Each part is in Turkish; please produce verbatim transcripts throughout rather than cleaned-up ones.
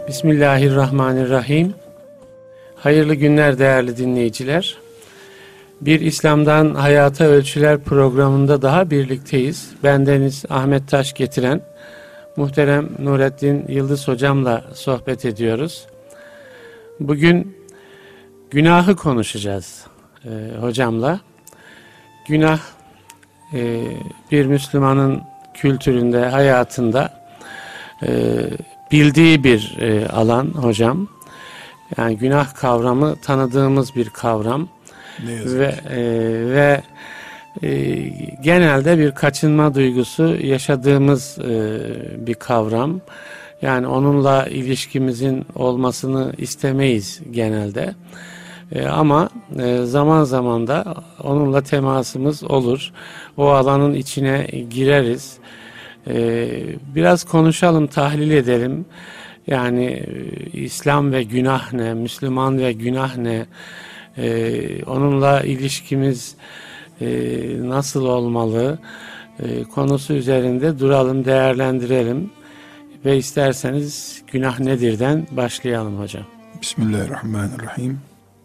Bismillahirrahmanirrahim. Hayırlı günler değerli dinleyiciler. Bir İslam'dan Hayata Ölçüler programında daha birlikteyiz. Bendeniz Ahmet Taş getiren muhterem Nurettin Yıldız hocamla sohbet ediyoruz. Bugün günahı konuşacağız e, hocamla. Günah e, bir Müslümanın kültüründe, hayatında e, bildiği bir e, alan hocam. Yani günah kavramı tanıdığımız bir kavram. Ne yazık ve e, ve e, genelde bir kaçınma duygusu yaşadığımız e, bir kavram. Yani onunla ilişkimizin olmasını istemeyiz genelde. E, ama e, zaman zaman da onunla temasımız olur. O alanın içine gireriz. E, biraz konuşalım, tahlil edelim. Yani e, İslam ve günah ne, Müslüman ve günah ne, e, onunla ilişkimiz e, nasıl olmalı e, konusu üzerinde duralım, değerlendirelim. Ve isterseniz günah nedirden başlayalım hocam. Bismillahirrahmanirrahim.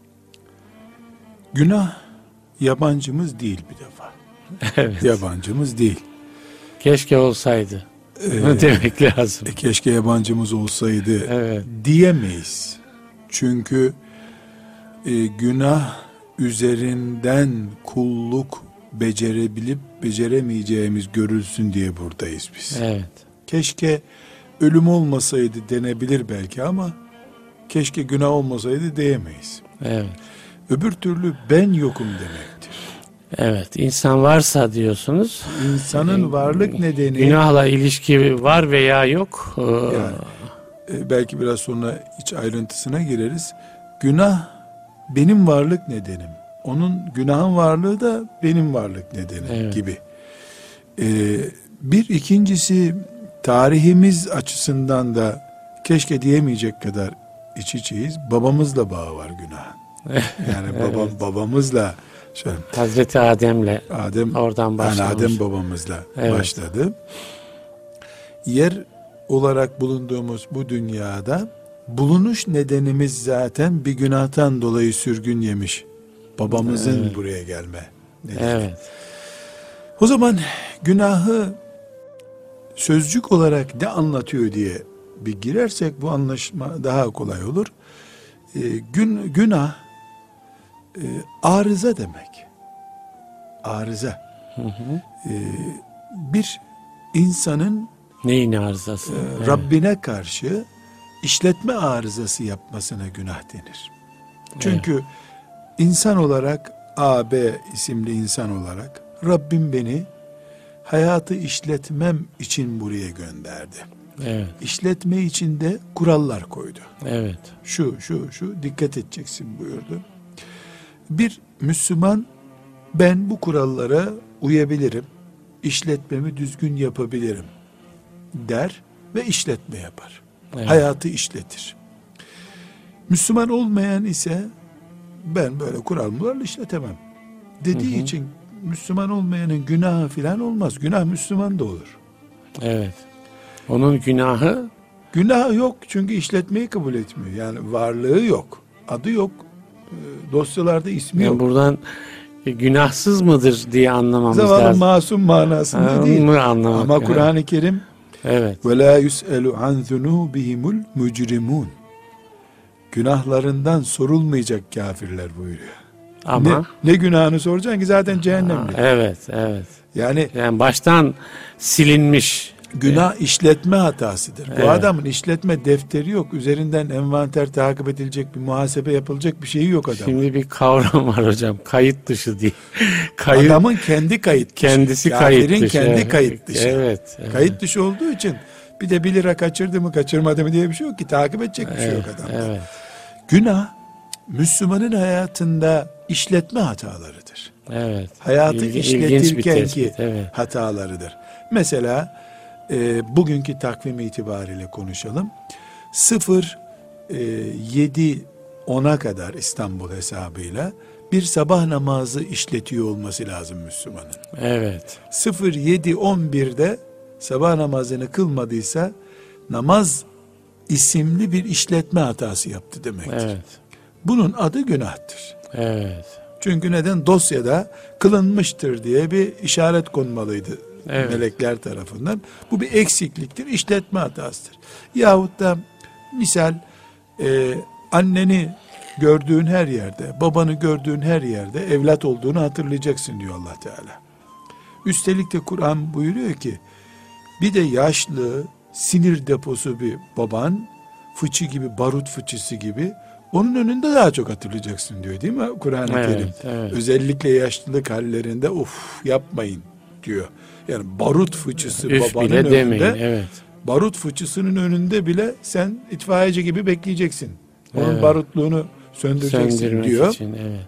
Günah yabancımız değil bir defa. Evet. Yabancımız değil. Keşke olsaydı. Ee, demek lazım. E, keşke yabancımız olsaydı Evet. diyemeyiz. Çünkü e, günah üzerinden kulluk becerebilip beceremeyeceğimiz görülsün diye buradayız biz. Evet. Keşke ölüm olmasaydı denebilir belki ama keşke günah olmasaydı diyemeyiz. Evet. Öbür türlü ben yokum demektir. Evet. İnsan varsa diyorsunuz. İnsanın varlık nedeni Günahla ilişki var veya yok. yani, e, belki biraz sonra iç ayrıntısına gireriz. Günah benim varlık nedenim. Onun günahın varlığı da benim varlık nedenim Evet. gibi. E, bir ikincisi tarihimiz açısından da keşke diyemeyecek kadar iç içeyiz. Babamızla bağı var günah. Yani babam Evet. babamızla şöyle Hazreti Adem'le Adem oradan başlamış. yani Adem babamızla Evet. başladı. Yer olarak bulunduğumuz bu dünyada bulunuş nedenimiz zaten bir günahtan dolayı sürgün yemiş. Babamızın Evet. buraya gelme nedeni. Evet. O zaman günahı sözcük olarak ne anlatıyor diye bir girersek bu anlaşma daha kolay olur. Ee, gün, günah e, arıza demek. Arıza. Hı hı. Ee, bir insanın Neyin arızası? e, Evet. Rabbine karşı işletme arızası yapmasına günah denir. Çünkü insan olarak A, B isimli insan olarak Rabbim beni hayatı işletmem için buraya gönderdi. Evet. İşletme için de kurallar koydu. Evet. Şu, şu, şu dikkat edeceksin buyurdu. Bir Müslüman ben bu kurallara uyabilirim, işletmemi düzgün yapabilirim der ve işletme yapar. Evet. Hayatı işletir. Müslüman olmayan ise ben böyle kural mural işletemem dediği Hı hı. için Müslüman olmayanın günahı filan olmaz. Günah Müslüman da olur. Evet. Onun günahı Günah yok çünkü işletmeyi kabul etmiyor. Yani varlığı yok. Adı yok. E, Dosyalarda ismi yani yok. buradan e, günahsız mıdır diye anlamamız Zavallı lazım. masum manasında Ha, değil. onu anlamak, Ama evet. Kur'an-ı Kerim Evet. ve la yus'elu an zunubihimul mucrimun. Günahlarından sorulmayacak kafirler buyuruyor. Ama Ne, ne günahını soracaksın ki zaten cehennemde. Ha, evet, evet. Yani Yani baştan silinmiş. günah işletme hatasıdır. Bu Evet. adamın işletme defteri yok. Üzerinden envanter takip edilecek bir muhasebe yapılacak bir şeyi yok adamın. Şimdi bir kavram var hocam. Kayıt dışı diye. Kayıt, Adamın kendi kayıt dışı. kendisi Kafirin kayıt dışı. kendi Evet. kayıt dışı. Evet, evet. Kayıt dışı olduğu için bir de bir lira kaçırdı mı kaçırmadı mı diye bir şey yok ki. Takip edecek bir şey yok Evet, adamda. evet. Günah Müslümanın hayatında işletme hatalarıdır. Evet. Hayatı İlgi- ilginç bir işletirken ki tespit, evet. hatalarıdır. Mesela e, bugünkü takvim itibariyle konuşalım. sıfır yedi ona kadar İstanbul hesabıyla bir sabah namazı işletiyor olması lazım Müslümanın. Evet. sıfır yedi on birde sabah namazını kılmadıysa namaz isimli bir işletme hatası yaptı demektir. Evet. Bunun adı günahtır. Evet. Çünkü neden? Dosyada kılınmıştır diye bir işaret konmalıydı Evet. melekler tarafından. Bu bir eksikliktir, işletme hatasıdır. Yahut da misal e, anneni gördüğün her yerde, babanı gördüğün her yerde evlat olduğunu hatırlayacaksın diyor Allah Teala. Üstelik de Kur'an buyuruyor ki, bir de yaşlı, sinir deposu bir baban, fıçı gibi, barut fıçısı gibi, onun önünde daha çok hatırlayacaksın diyor, değil mi Kur'an-ı Evet, Kerim? evet. Özellikle yaşlılık hallerinde of yapmayın diyor. Yani barut fıçısı Üf babanın bile önünde, demeyin. Evet. barut fıçısının önünde bile sen itfaiyeci gibi bekleyeceksin. Onun Evet. barutluğunu söndüreceksin Söndürmek diyor. için, evet.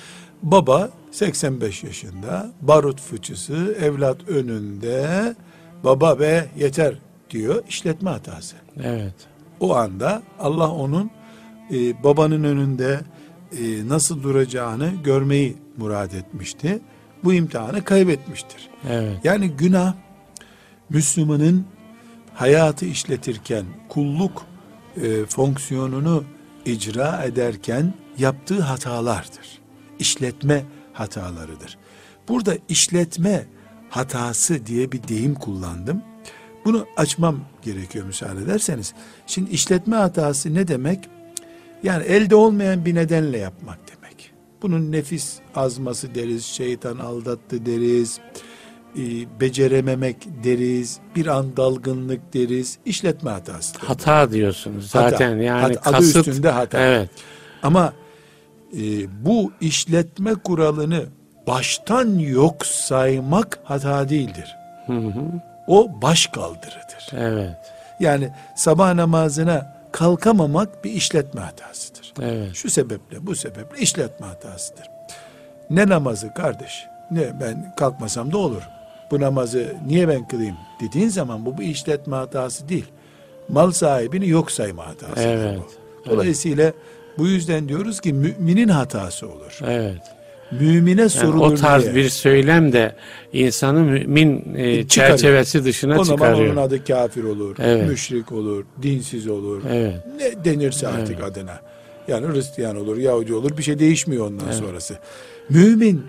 Baba seksen beş yaşında, barut fıçısı evlat önünde, baba be yeter diyor, işletme hatası. Evet. O anda Allah onun e, babanın önünde e, nasıl duracağını görmeyi murad etmişti. Bu imtihanı kaybetmiştir. Evet. Yani günah, Müslümanın hayatı işletirken, kulluk e, fonksiyonunu icra ederken yaptığı hatalardır. İşletme hatalarıdır. Burada işletme hatası diye bir deyim kullandım. Bunu açmam gerekiyor müsaade ederseniz. Şimdi işletme hatası ne demek? Yani elde olmayan bir nedenle yapmak demek. Bunun nefis azması deriz, şeytan aldattı deriz, e, becerememek deriz, bir an dalgınlık deriz, işletme hatası. Hata diyorsunuz zaten, Hata. yani Hat- adı kasıt. üstünde hata. Evet. Ama e, bu işletme kuralını baştan yok saymak hata değildir. Hı hı. O baş kaldırıdır. Evet. Yani sabah namazına kalkamamak bir işletme hatasıdır. Evet. Şu sebeple, bu sebeple işletme hatasıdır. Ne namazı kardeş? Ne ben kalkmasam da olur. Bu namazı niye ben kılayım dediğin zaman bu bir işletme hatası değil. Mal sahibini yok sayma hatası. Evet. Bu. Dolayısıyla bu yüzden diyoruz ki müminin hatası olur. Evet. Mümine Yani sorulur o tarz diye. bir söylem de insanı mümin e, Çıkarıyor. çerçevesi dışına O zaman çıkarıyor. onun adı kafir olur, Evet. müşrik olur, dinsiz olur. Evet. Ne denirse artık Evet. adına. Yani Hristiyan olur, Yahudi olur, bir şey değişmiyor ondan evet. sonrası. Mümin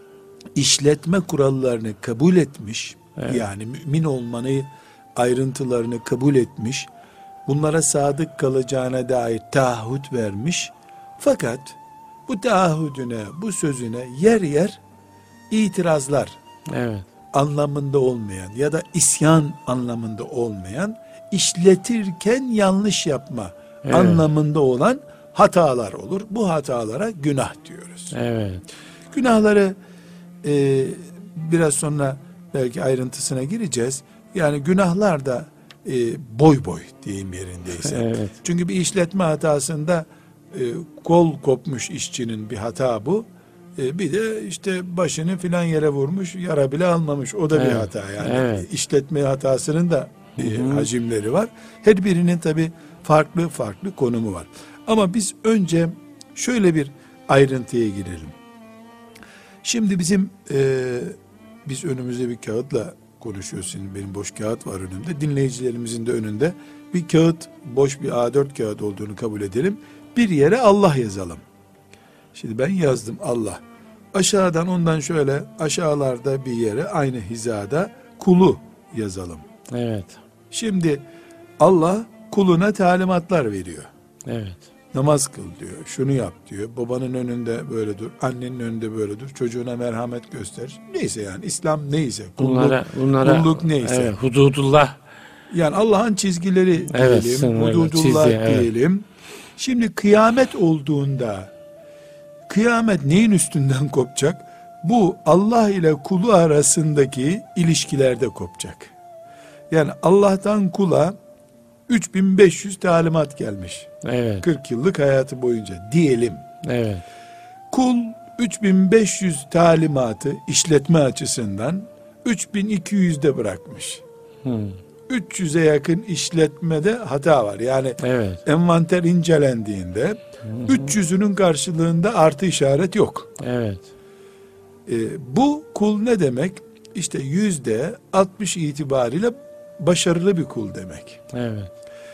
işletme kurallarını kabul etmiş, evet. yani mümin olmanı ayrıntılarını kabul etmiş, bunlara sadık kalacağına dair taahhüt vermiş. Fakat bu taahhüdüne, bu sözüne yer yer itirazlar, Evet. anlamında olmayan ya da isyan anlamında olmayan, işletirken yanlış yapma evet. anlamında olan hatalar olur. Bu hatalara günah diyoruz. Evet. Günahları e, biraz sonra belki ayrıntısına gireceğiz. Yani günahlar da e, boy boy diyeyim yerindeyse. Evet. Çünkü bir işletme hatasında e, kol kopmuş işçinin bir hata bu. Bir de işte başını filan yere vurmuş, yara bile almamış. O da evet, bir hata yani. Evet. İşletme hatasının da e, hacimleri var. Her birinin tabii farklı farklı konumu var. Ama biz önce şöyle bir ayrıntıya girelim. Şimdi bizim e, biz önümüzde bir kağıtla konuşuyoruz. Şimdi benim boş kağıt var önümde. Dinleyicilerimizin de önünde bir kağıt, boş bir A dört kağıt olduğunu kabul edelim. Bir yere Allah yazalım. Şimdi ben yazdım Allah. Aşağıdan ondan şöyle aşağılarda bir yere aynı hizada kulu yazalım. Evet. Şimdi Allah kuluna talimatlar veriyor. Evet. Namaz kıl diyor. Şunu yap diyor. Babanın önünde böyle dur. Annenin önünde böyle dur. Çocuğuna merhamet göster. Neyse yani İslam neyse. Kulluk, bunlara, bunlara, kulluk neyse. Evet, hududullah. Yani Allah'ın çizgileri evet, diyelim. sınırlı, Hududullah çizgi, diyelim. Evet. Şimdi kıyamet olduğunda kıyamet neyin üstünden kopacak? Bu Allah ile kulu arasındaki ilişkilerde kopacak. Yani Allah'tan kula üç bin beş yüz talimat gelmiş. Evet. kırk yıllık hayatı boyunca diyelim. Evet. Kul üç bin beş yüz talimatı işletme açısından üç bin iki yüzde bırakmış. Hmm. üç yüze yakın işletmede hata var. Yani evet. envanter incelendiğinde hı hı. üç yüzünün karşılığında artı işaret yok. Evet. Ee, bu kul ne demek? İşte yüzde altmış itibariyle başarılı bir kul demek. Evet.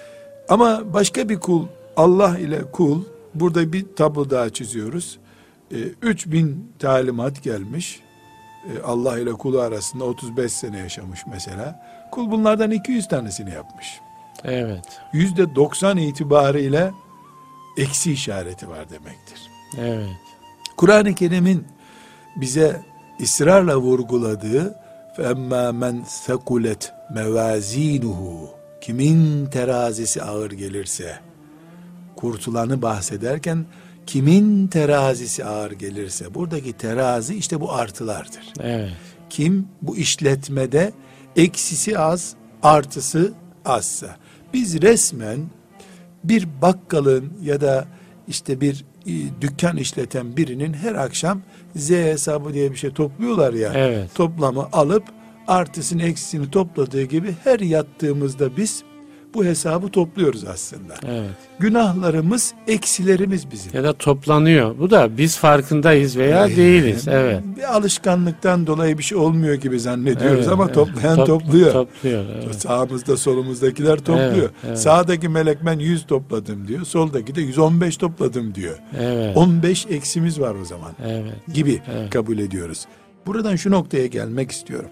Ama başka bir kul, Allah ile kul, burada bir tablo daha çiziyoruz. E, üç bin talimat gelmiş. E, Allah ile kulu arasında otuz beş sene yaşamış mesela. Kul bunlardan iki yüz tanesini yapmış. Evet. yüzde doksan itibariyle eksi işareti var demektir. Evet. Kur'an-ı Kerim'in bize ısrarla vurguladığı فَاَمَّا مَنْ ثَقُلَتْ مَوَازِينُهُ, kimin terazisi ağır gelirse, kurtulanı bahsederken kimin terazisi ağır gelirse, buradaki terazi işte bu artılardır. Evet. Kim bu işletmede eksisi az, artısı azsa. Biz resmen bir bakkalın ya da işte bir e, dükkan işleten birinin her akşam Z hesabı diye bir şey topluyorlar ya. Evet. Toplamı alıp artısını eksisini topladığı gibi her yattığımızda biz bu hesabı topluyoruz aslında. Evet. Günahlarımız eksilerimiz bizim. Ya da toplanıyor. Bu da biz farkındayız veya Ee, değiliz. Evet. Bir alışkanlıktan dolayı bir şey olmuyor gibi zannediyoruz Evet, ama evet. toplayan Top- topluyor. Topluyor. Evet. Sağımızda solumuzdakiler topluyor. Evet, evet. Sağdaki melek ben yüz topladım diyor. Soldaki de yüz on beş topladım diyor. Evet. on beş eksimiz var o zaman Evet. gibi Evet. kabul ediyoruz. Buradan şu noktaya gelmek istiyorum.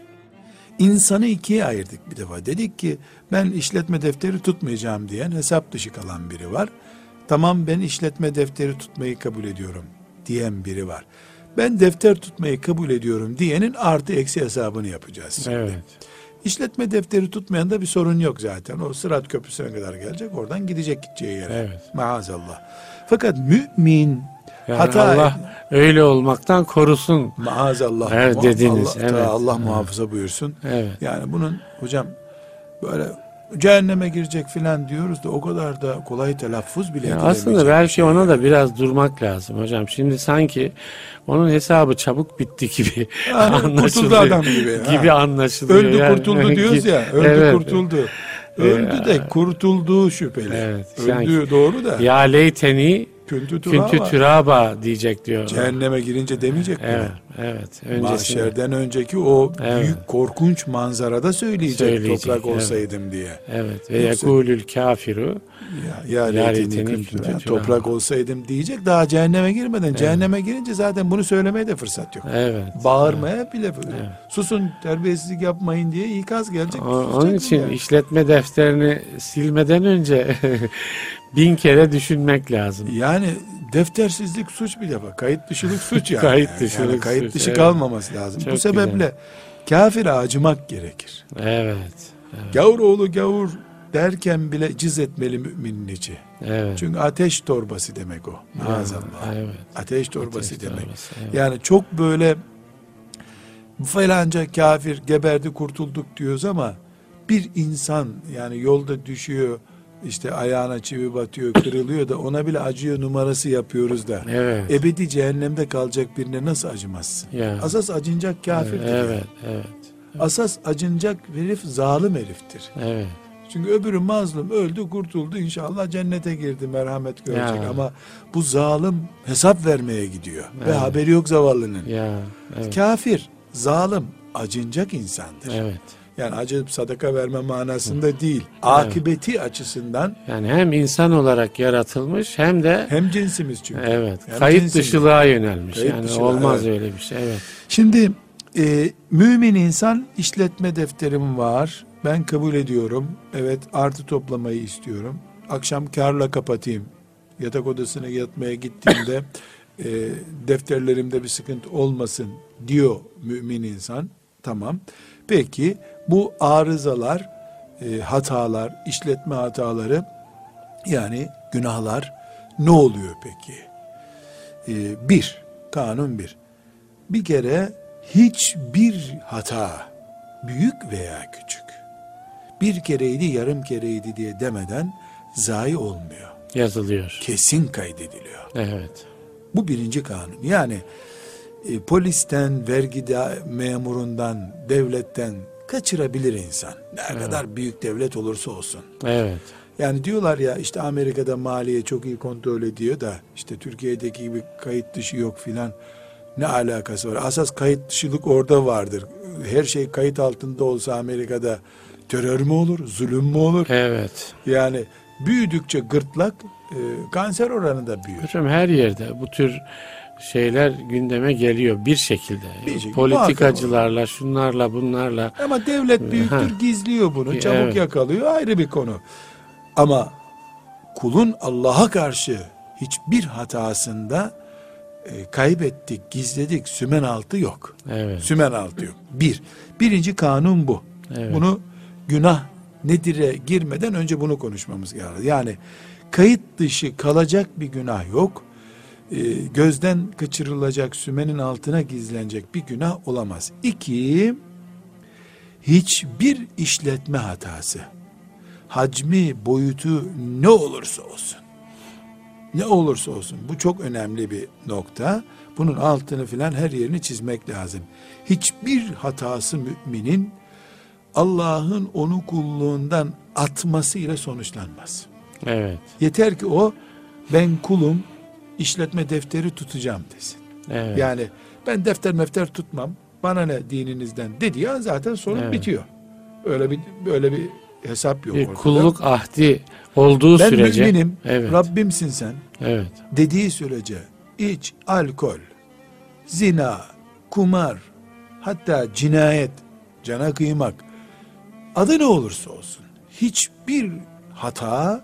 İnsanı ikiye ayırdık bir defa. Dedik ki ben işletme defteri tutmayacağım diyen, hesap dışı kalan biri var. Tamam, ben işletme defteri tutmayı kabul ediyorum diyen biri var. Ben defter tutmayı kabul ediyorum diyenin artı eksi hesabını yapacağız şimdi. Evet. İşletme defteri tutmayan da bir sorun yok zaten. O Sırat Köprüsü'ne kadar gelecek, oradan gidecek gideceği yere. Evet. Maazallah. Fakat mümin Yani hata Allah öyle olmaktan korusun. maazallah. Evet, Mu- dediniz, Allah, evet. Allah Evet. muhafaza buyursun. Evet. Yani bunun hocam böyle cehenneme girecek filan diyoruz da o kadar da kolay telaffuz bile Ya edilemeyecek aslında bir belki şey ona yani. da biraz durmak lazım hocam. Şimdi sanki onun hesabı çabuk bitti gibi Yani anlaşılıyor. kurtuldu adam gibi. ha. Gibi anlaşılıyor. Öldü Yani- kurtuldu diyoruz ya. Öldü Evet. kurtuldu. Öldü de kurtulduğu şüpheli. Evet, Öldüğü sanki- doğru da. Ya leyteni Küntü turaba. küntü türaba diyecek diyor. Cehenneme girince demeyecek mi? Evet, evet. Öncesinde. Mahşerden önceki o Evet. büyük korkunç manzarada söyleyecek, Söyleyecek, toprak evet. olsaydım diye. Evet. Ve Yoksa- yekulül kafiru. Ya, ya Ya leyteni leyteni kuntu kuntu turaba. turaba. Toprak olsaydım diyecek daha cehenneme girmeden. Cehenneme girince zaten bunu söylemeye de fırsat yok. Evet. Bağırmaya bile susun, terbiyesizlik yapmayın diye ikaz gelecek. O- Onun susacaksın için yani. işletme defterini silmeden önce bin kere düşünmek lazım. Yani deftersizlik suç bir defa. Kayıt dışılık suç yani. Kayıt Yani dışılık kayıt suç, dışı evet. kalmaması lazım. Çok Bu sebeple güzel. kafire acımak gerekir. Evet. Evet. Gavur oğlu gavur derken bile cız etmeli müminin içi. Evet. Çünkü ateş torbası demek o. Maazallah. Evet. Ateş torbası Ateş demek. torbası, evet. Yani çok böyle falanca kafir geberdi kurtulduk diyoruz ama bir insan yani yolda düşüyor, işte ayağına çivi batıyor, kırılıyor da ona bile acıyor numarası yapıyoruz da. Evet. Ebedi cehennemde kalacak birine nasıl acımazsın? Ya. Asas acınacak kafirdir. Evet, yani. evet, Asas acınacak herif zalim heriftir. evet. Çünkü öbürü mazlum öldü kurtuldu inşallah cennete girdi merhamet görecek Ya. ama bu zalim hesap vermeye gidiyor ve Evet. haberi yok zavallının. Ya, evet, Kafir, zalim, acınacak insandır. evet. Yani acıyıp sadaka verme manasında değil. Akıbeti açısından Yani hem insan olarak yaratılmış hem de hem cinsimiz çünkü. evet, Hem kayıt cinsimiz. dışılığa yönelmiş. Kayıt yani dışılığa, olmaz evet. öyle bir şey. Evet. Şimdi e, mümin insan işletme defterim var. Ben kabul ediyorum. Evet artı toplamayı istiyorum. Akşam karla kapatayım. Yatak odasına yatmaya gittiğimde e, defterlerimde bir sıkıntı olmasın diyor mümin insan. Tamam. Peki bu arızalar, e, hatalar, işletme hataları yani günahlar ne oluyor peki? E, bir, kanun bir. Bir kere hiçbir hata büyük veya küçük bir kereydi yarım kereydi diye demeden zayi olmuyor. Yazılıyor. Kesin kaydediliyor. Evet. Bu birinci kanun. Yani e, polisten, vergi da- memurundan, devletten kaçırabilir insan. Ne Evet. kadar büyük devlet olursa olsun. Evet. Yani diyorlar ya işte Amerika'da maliye çok iyi kontrol ediyor da işte Türkiye'deki gibi kayıt dışı yok filan. Ne alakası var? Asas kayıt dışılık orada vardır. Her şey kayıt altında olsa Amerika'da terör mü olur, zulüm mü olur? Evet. Yani büyüdükçe gırtlak e, kanser oranı da büyür. Hocam her yerde bu tür şeyler gündeme geliyor bir şekilde. Bir şekilde, politikacılarla, şunlarla, bunlarla. Ama devlet büyüktür, Ha. gizliyor bunu, çabuk Evet. yakalıyor, ayrı bir konu. Ama kulun Allah'a karşı hiçbir hatasında e, kaybettik, gizledik, sümen altı yok. Evet. Sümen altı yok. Bir. Birinci kanun bu. Evet. Bunu günah nedir'e girmeden önce bunu konuşmamız gerekiyor. Yani kayıt dışı kalacak bir günah yok. E, gözden kaçırılacak, sümenin altına gizlenecek bir günah olamaz. İki, hiçbir işletme hatası, hacmi, boyutu ne olursa olsun, ne olursa olsun, bu çok önemli bir nokta. Bunun altını filan her yerini çizmek lazım. Hiçbir hatası müminin Allah'ın onu kulluğundan atmasıyla sonuçlanmaz. Evet. Yeter ki o, ben kulum, işletme defteri tutacağım desin. Evet. Yani ben defter mefter tutmam, bana ne dininizden dediği an zaten sorun Evet. bitiyor. Öyle bir böyle bir hesap yok Bir ortada. kulluk ahdi olduğu Ben sürece. müminim, Evet. Rabbimsin sen Evet. dediği sürece iç, alkol, zina, kumar, hatta cinayet, cana kıymak, adı ne olursa olsun, hiçbir hata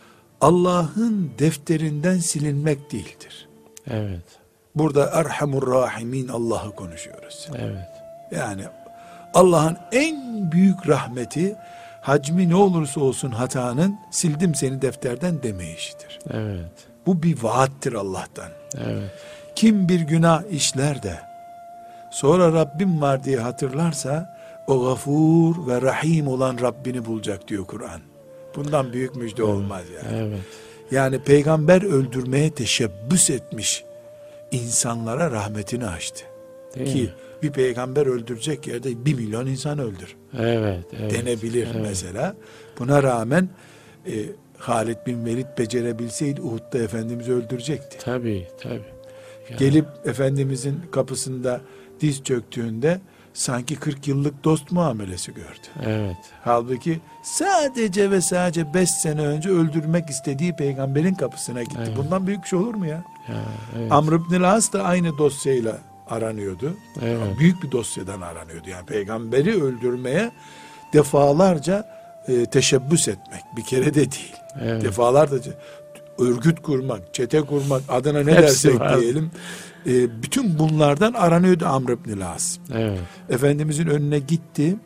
Allah'ın defterinden silinmek değildir. Evet. Burada Erhamur Rahimin Allah'ı konuşuyoruz. Evet. Yani Allah'ın en büyük rahmeti, hacmi ne olursa olsun hatanın, sildim seni defterden demeyişidir. Evet. Bu bir vaattir Allah'tan. Evet. Kim bir günah işler de sonra Rabbim var diye hatırlarsa, o gafur ve rahim olan Rabbini bulacak diyor Kur'an. Bundan büyük müjde olmaz yani. Evet. Yani peygamber öldürmeye teşebbüs etmiş insanlara rahmetini açtı. Değil Ki mi? bir peygamber öldürecek yerde bir milyon insan öldür Evet. Evet. denebilir Evet. mesela. Buna rağmen e, Halid bin Velid becerebilseydi Uhud'da Efendimiz'i öldürecekti. Tabii. Tabii. Yani, Gelip Efendimizin kapısında diz çöktüğünde sanki kırk yıllık dost muamelesi gördü. Evet. Halbuki sadece ve sadece beş sene önce öldürmek istediği peygamberin kapısına gitti. Evet. Bundan büyük bir şey olur mu ya? Ya, evet. Amr ibn As da aynı dosyayla aranıyordu. Evet. Büyük bir dosyadan aranıyordu. Yani peygamberi öldürmeye defalarca e, teşebbüs etmek. Bir kere de değil. Evet. Defalarca örgüt kurmak, çete kurmak, adına ne Hepsi dersek var. diyelim. E, bütün bunlardan aranıyordu Amr ibn As. Evet. Efendimizin önüne gitti.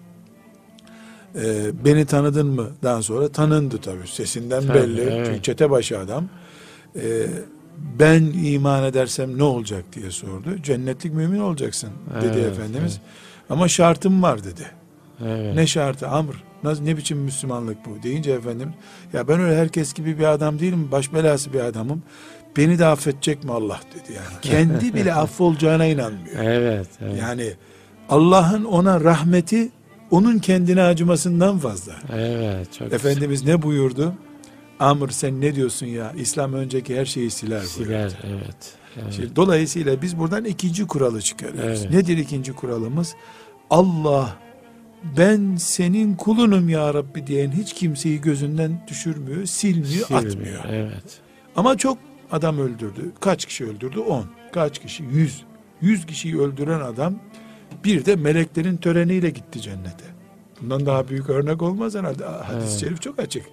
E, beni tanıdın mı? Daha sonra tanındı tabii. Sesinden Tabii, belli. evet. Çünkü çete başı adam. E, ben iman edersem ne olacak diye sordu. Cennetlik mümin olacaksın dedi Evet, Efendimiz. evet. Ama şartım var dedi. Evet. Ne şartı Amr? Nasıl, ne biçim Müslümanlık bu? Deyince efendim, ya ben öyle herkes gibi bir adam değilim. Baş belası bir adamım. Beni de affedecek mi Allah dedi yani. Kendi bile affolacağına inanmıyor. Evet. Evet. Yani Allah'ın ona rahmeti onun kendine acımasından fazla. Evet. Çok Efendimiz ne buyurdu? Amr sen ne diyorsun ya? İslam önceki her şeyi siler siler. buyurdu. Evet. Evet. Şimdi, dolayısıyla biz buradan ikinci kuralı çıkarıyoruz. Evet. Nedir ikinci kuralımız? Allah, ben senin kulunum ya Rabbi diyen hiç kimseyi gözünden düşürmüyor, silmiyor, Silmiyor. atmıyor. Evet. Ama çok adam öldürdü. Kaç kişi öldürdü? On. Kaç kişi? Yüz. Yüz kişiyi öldüren adam bir de meleklerin töreniyle gitti cennete. Bundan daha büyük örnek olmaz herhalde. Hadis-i Evet. şerif çok açık.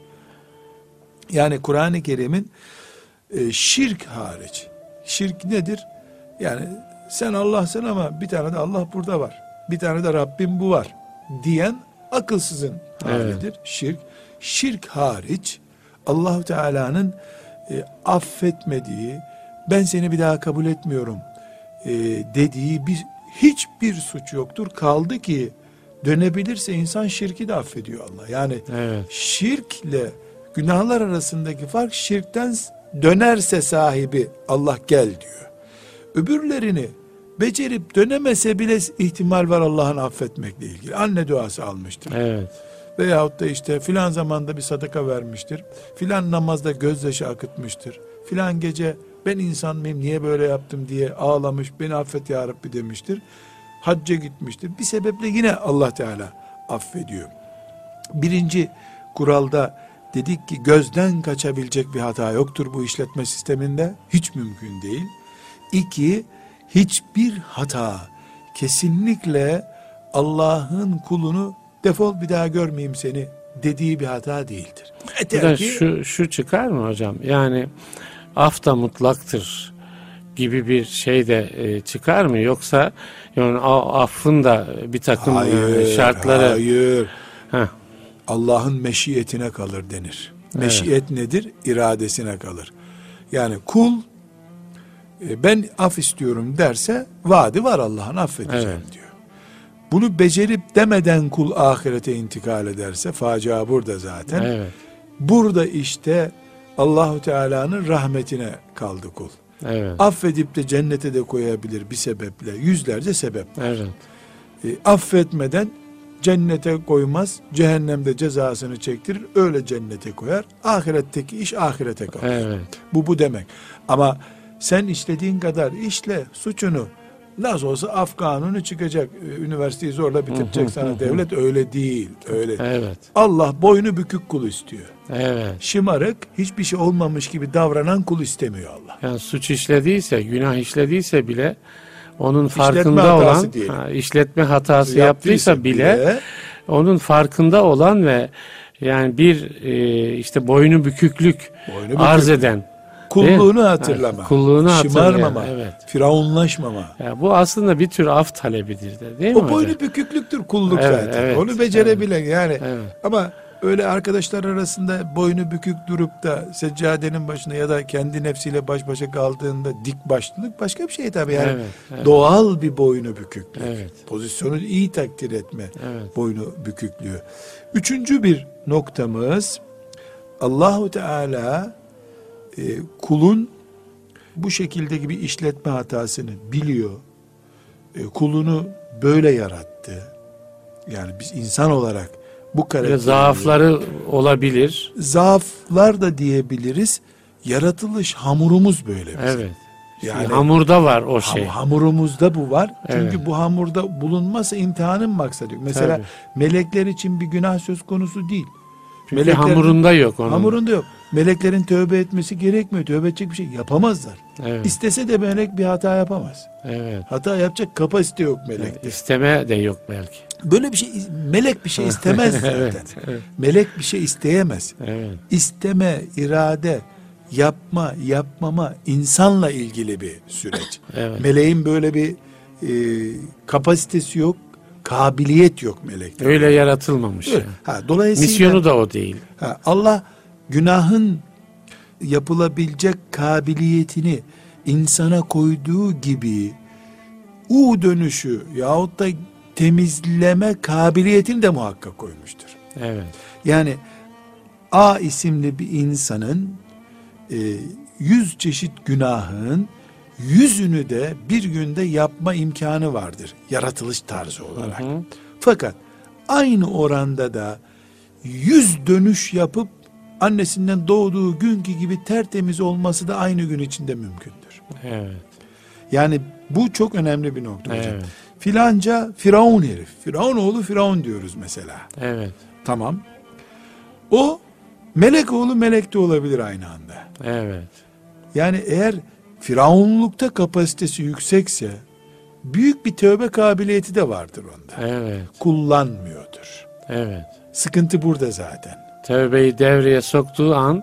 Yani Kur'an-ı Kerim'in e, şirk hariç. Şirk nedir? Yani sen Allah'sın ama bir tane de Allah burada var. Bir tane de Rabbim bu var diyen akılsızın halidir. Şirk. Şirk hariç Allah-u Teala'nın e, affetmediği, ben seni bir daha kabul etmiyorum e, dediği bir hiçbir suç yoktur. Kaldı ki dönebilirse insan şirki de affediyor Allah. Yani Evet. şirkle günahlar arasındaki fark, şirkten dönerse sahibi Allah gel diyor. Öbürlerini becerip dönemese bile ihtimal var Allah'ın affetmekle ilgili. Anne duası almıştır. Evet. Veyahut da işte filan zamanda bir sadaka vermiştir. Filan namazda gözyaşı akıtmıştır. Filan gece ben insan mıyım niye böyle yaptım diye ağlamış, beni affet ya Rabbi demiştir. Hacca gitmiştir. Bir sebeple yine Allah Teala affediyor. Birinci kuralda dedik ki gözden kaçabilecek bir hata yoktur bu işletme sisteminde. Hiç mümkün değil. İki, hiçbir hata kesinlikle Allah'ın kulunu defol bir daha görmeyeyim seni dediği bir hata değildir. Yeter ki, şu, şu çıkar mı hocam? Yani af da mutlaktır gibi bir şey de e, çıkar mı? Yoksa yani affın da bir takım hayır, e, şartları... Hayır. Heh. Allah'ın meşiyetine kalır denir. Meşiyet evet. nedir? İradesine kalır. Yani kul e, ben af istiyorum derse vaadi var Allah'ın, affedeceğim evet. diyor. Bunu becerip demeden kul ahirete intikal ederse facia burada zaten. Evet. Burada işte Allahu Teala'nın rahmetine kaldı kul. Evet. Affedip de cennete de koyabilir bir sebeple. Yüzlerce sebep var. Evet. E, affetmeden cennete koymaz, cehennemde cezasını çektirir, öyle cennete koyar. Ahiretteki iş ahirete kalır. Evet. Bu bu demek. Ama sen işlediğin kadar işle suçunu, nasıl olsa af kanunu çıkacak, üniversiteyi zorla bitirecek sana devlet, öyle değil. Öyle. Evet. Allah boynu bükük kul istiyor. Evet. Şımarık, hiçbir şey olmamış gibi davranan kul istemiyor Allah. Yani suç işlediyse, günah işlediyse bile onun farkında olan, ha, işletme hatası yaptıysa, yaptıysa bile, bile onun farkında olan ve yani bir e, işte boynu büküklük boynu arz bükük. eden, kulluğunu hatırlama, evet, kulluğunu şımarmama, evet. firavunlaşmama. Ya bu aslında bir tür af talebidir de, değil o mi? O boynu hocam? Büküklüktür kulluk evet, zaten. Evet, Onu becerebilen evet, yani. Evet. Ama öyle arkadaşlar arasında boynu bükük durup da seccadenin başına ya da kendi nefsiyle baş başa kaldığında dik başlılık başka bir şey tabii yani. Evet, evet. Doğal bir boynu büküklük. Evet. Pozisyonu iyi takdir etme. Evet. Boynu büküklüğü. Üçüncü bir noktamız, Allahu Teala e, kulun bu şekildeki bir işletme hatasını biliyor. E, kulunu böyle yarattı. Yani biz insan olarak bu karakteri, zaafları olabilir. Zaaflar da diyebiliriz. Yaratılış hamurumuz böyle bizim. Evet. Yani hamurda var o şey. Hamurumuzda bu var. Çünkü evet. bu hamurda bulunmazsa imtihanın maksadı yok. Mesela tabii. melekler için bir günah söz konusu değil. Çünkü meleklerin, hamurunda yok onun. Hamurunda yok. Meleklerin tövbe etmesi gerekmiyor. Tövbe edecek bir şey yapamazlar. Evet. İstese de melek bir hata yapamaz. Evet. Hata yapacak kapasite yok melekte. Evet, isteme de yok belki. Böyle bir şey, melek bir şey istemez zaten. evet, evet. Melek bir şey isteyemez. Evet. İsteme, irade, yapma, yapmama insanla ilgili bir süreç. Evet. Meleğin böyle bir e, kapasitesi yok, kabiliyet yok melekte. Öyle yaratılmamış. Yani. Ha, dolayısıyla misyonu da o değil. Ha, Allah günahın yapılabilecek kabiliyetini insana koyduğu gibi U dönüşü yahut da temizleme kabiliyetini de muhakkak koymuştur. Evet. Yani A isimli bir insanın e, yüz çeşit günahın yüzünü de bir günde yapma imkanı vardır. Yaratılış tarzı olarak. Hı hı. Fakat aynı oranda da yüz dönüş yapıp annesinden doğduğu günkü gibi tertemiz olması da aynı gün içinde mümkündür. Evet. Yani bu çok önemli bir nokta hocam. Evet. Filanca Firavun herif. Firavun oğlu Firavun diyoruz mesela. Evet. Tamam. O melek oğlu melek de olabilir aynı anda. Evet. Yani eğer Firavunlukta kapasitesi yüksekse büyük bir tövbe kabiliyeti de vardır onda. Evet. Kullanmıyordur. Evet. Sıkıntı burada zaten. Tövbeyi devreye soktuğu an.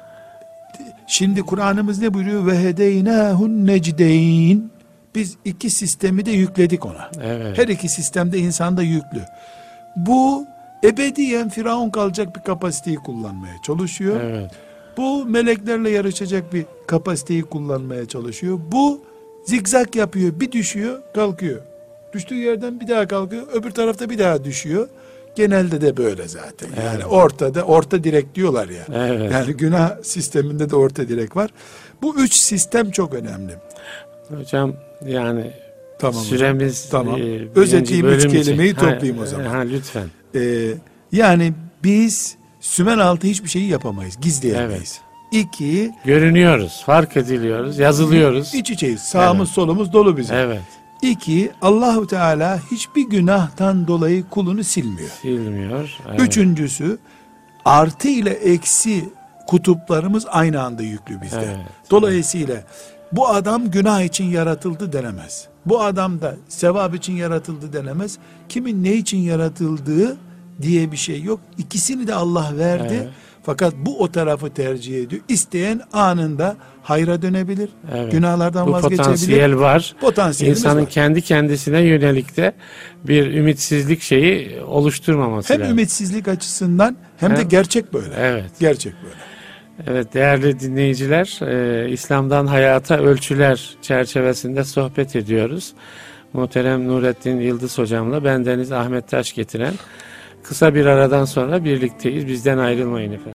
Şimdi Kur'an'ımız ne buyuruyor? Ve hedeynâhun necdeyn. Biz iki sistemi de yükledik ona. Evet. Her iki sistemde insanda yüklü. Bu ebediyen Firavun kalacak bir kapasiteyi kullanmaya çalışıyor. Evet. Bu meleklerle yarışacak bir kapasiteyi kullanmaya çalışıyor. Bu zigzag yapıyor. Bir düşüyor, kalkıyor. Düştüğü yerden bir daha kalkıyor. Öbür tarafta bir daha düşüyor. Genelde de böyle zaten. Yani evet. ortada, orta direk diyorlar ya. Evet. Yani günah sisteminde de orta direk var. Bu üç sistem çok önemli. Hocam yani tamam süremiz hocam. Tamam. E, özetleyeyim üç kelimeyi için. toplayayım ha, o zaman. Ha, lütfen. Ee, yani biz sümen altı hiçbir şeyi yapamayız. Gizleyemeyiz. Evet. İki. Görünüyoruz, fark ediliyoruz, yazılıyoruz. İç içeyiz. Sağımız evet. solumuz dolu bizim. Evet. İki, Allahu Teala hiçbir günahtan dolayı kulunu silmiyor. Silmiyor. Evet. Üçüncüsü, artı ile eksi kutuplarımız aynı anda yüklü bizde. Evet. Dolayısıyla bu adam günah için yaratıldı denemez. Bu adam da sevap için yaratıldı denemez. Kimin ne için yaratıldığı diye bir şey yok. İkisini de Allah verdi. Evet. Fakat bu o tarafı tercih ediyor. İsteyen anında hayra dönebilir. Evet. Günahlardan Bu vazgeçebilir. potansiyel var. Potansiyelimiz İnsanın var. kendi kendisine yönelik de bir ümitsizlik şeyi oluşturmaması Hem lazım. ümitsizlik açısından hem, hem de gerçek böyle. Evet. Gerçek böyle. Evet değerli dinleyiciler, e, İslam'dan Hayata Ölçüler çerçevesinde sohbet ediyoruz. Muhterem Nurettin Yıldız hocamla bendeniz Ahmet Taş getiren kısa bir aradan sonra birlikteyiz. Bizden ayrılmayın efendim.